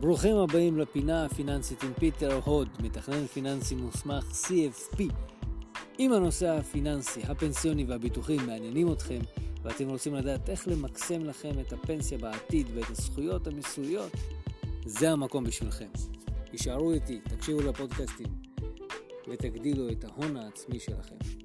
ברוכים הבאים לפינה הפיננסית עם פיטר הוד, מתכנן פיננסי מוסמך CFP. אם הנושא הפיננסי, הפנסיוני והביטוחי מעניינים אתכם, ואתם רוצים לדעת איך למקסם לכם את הפנסיה בעתיד ואת הזכויות המיסויות, זה המקום בשבילכם. יישארו איתי, תקשיבו לפודקאסטים ותגדילו את ההון העצמי שלכם.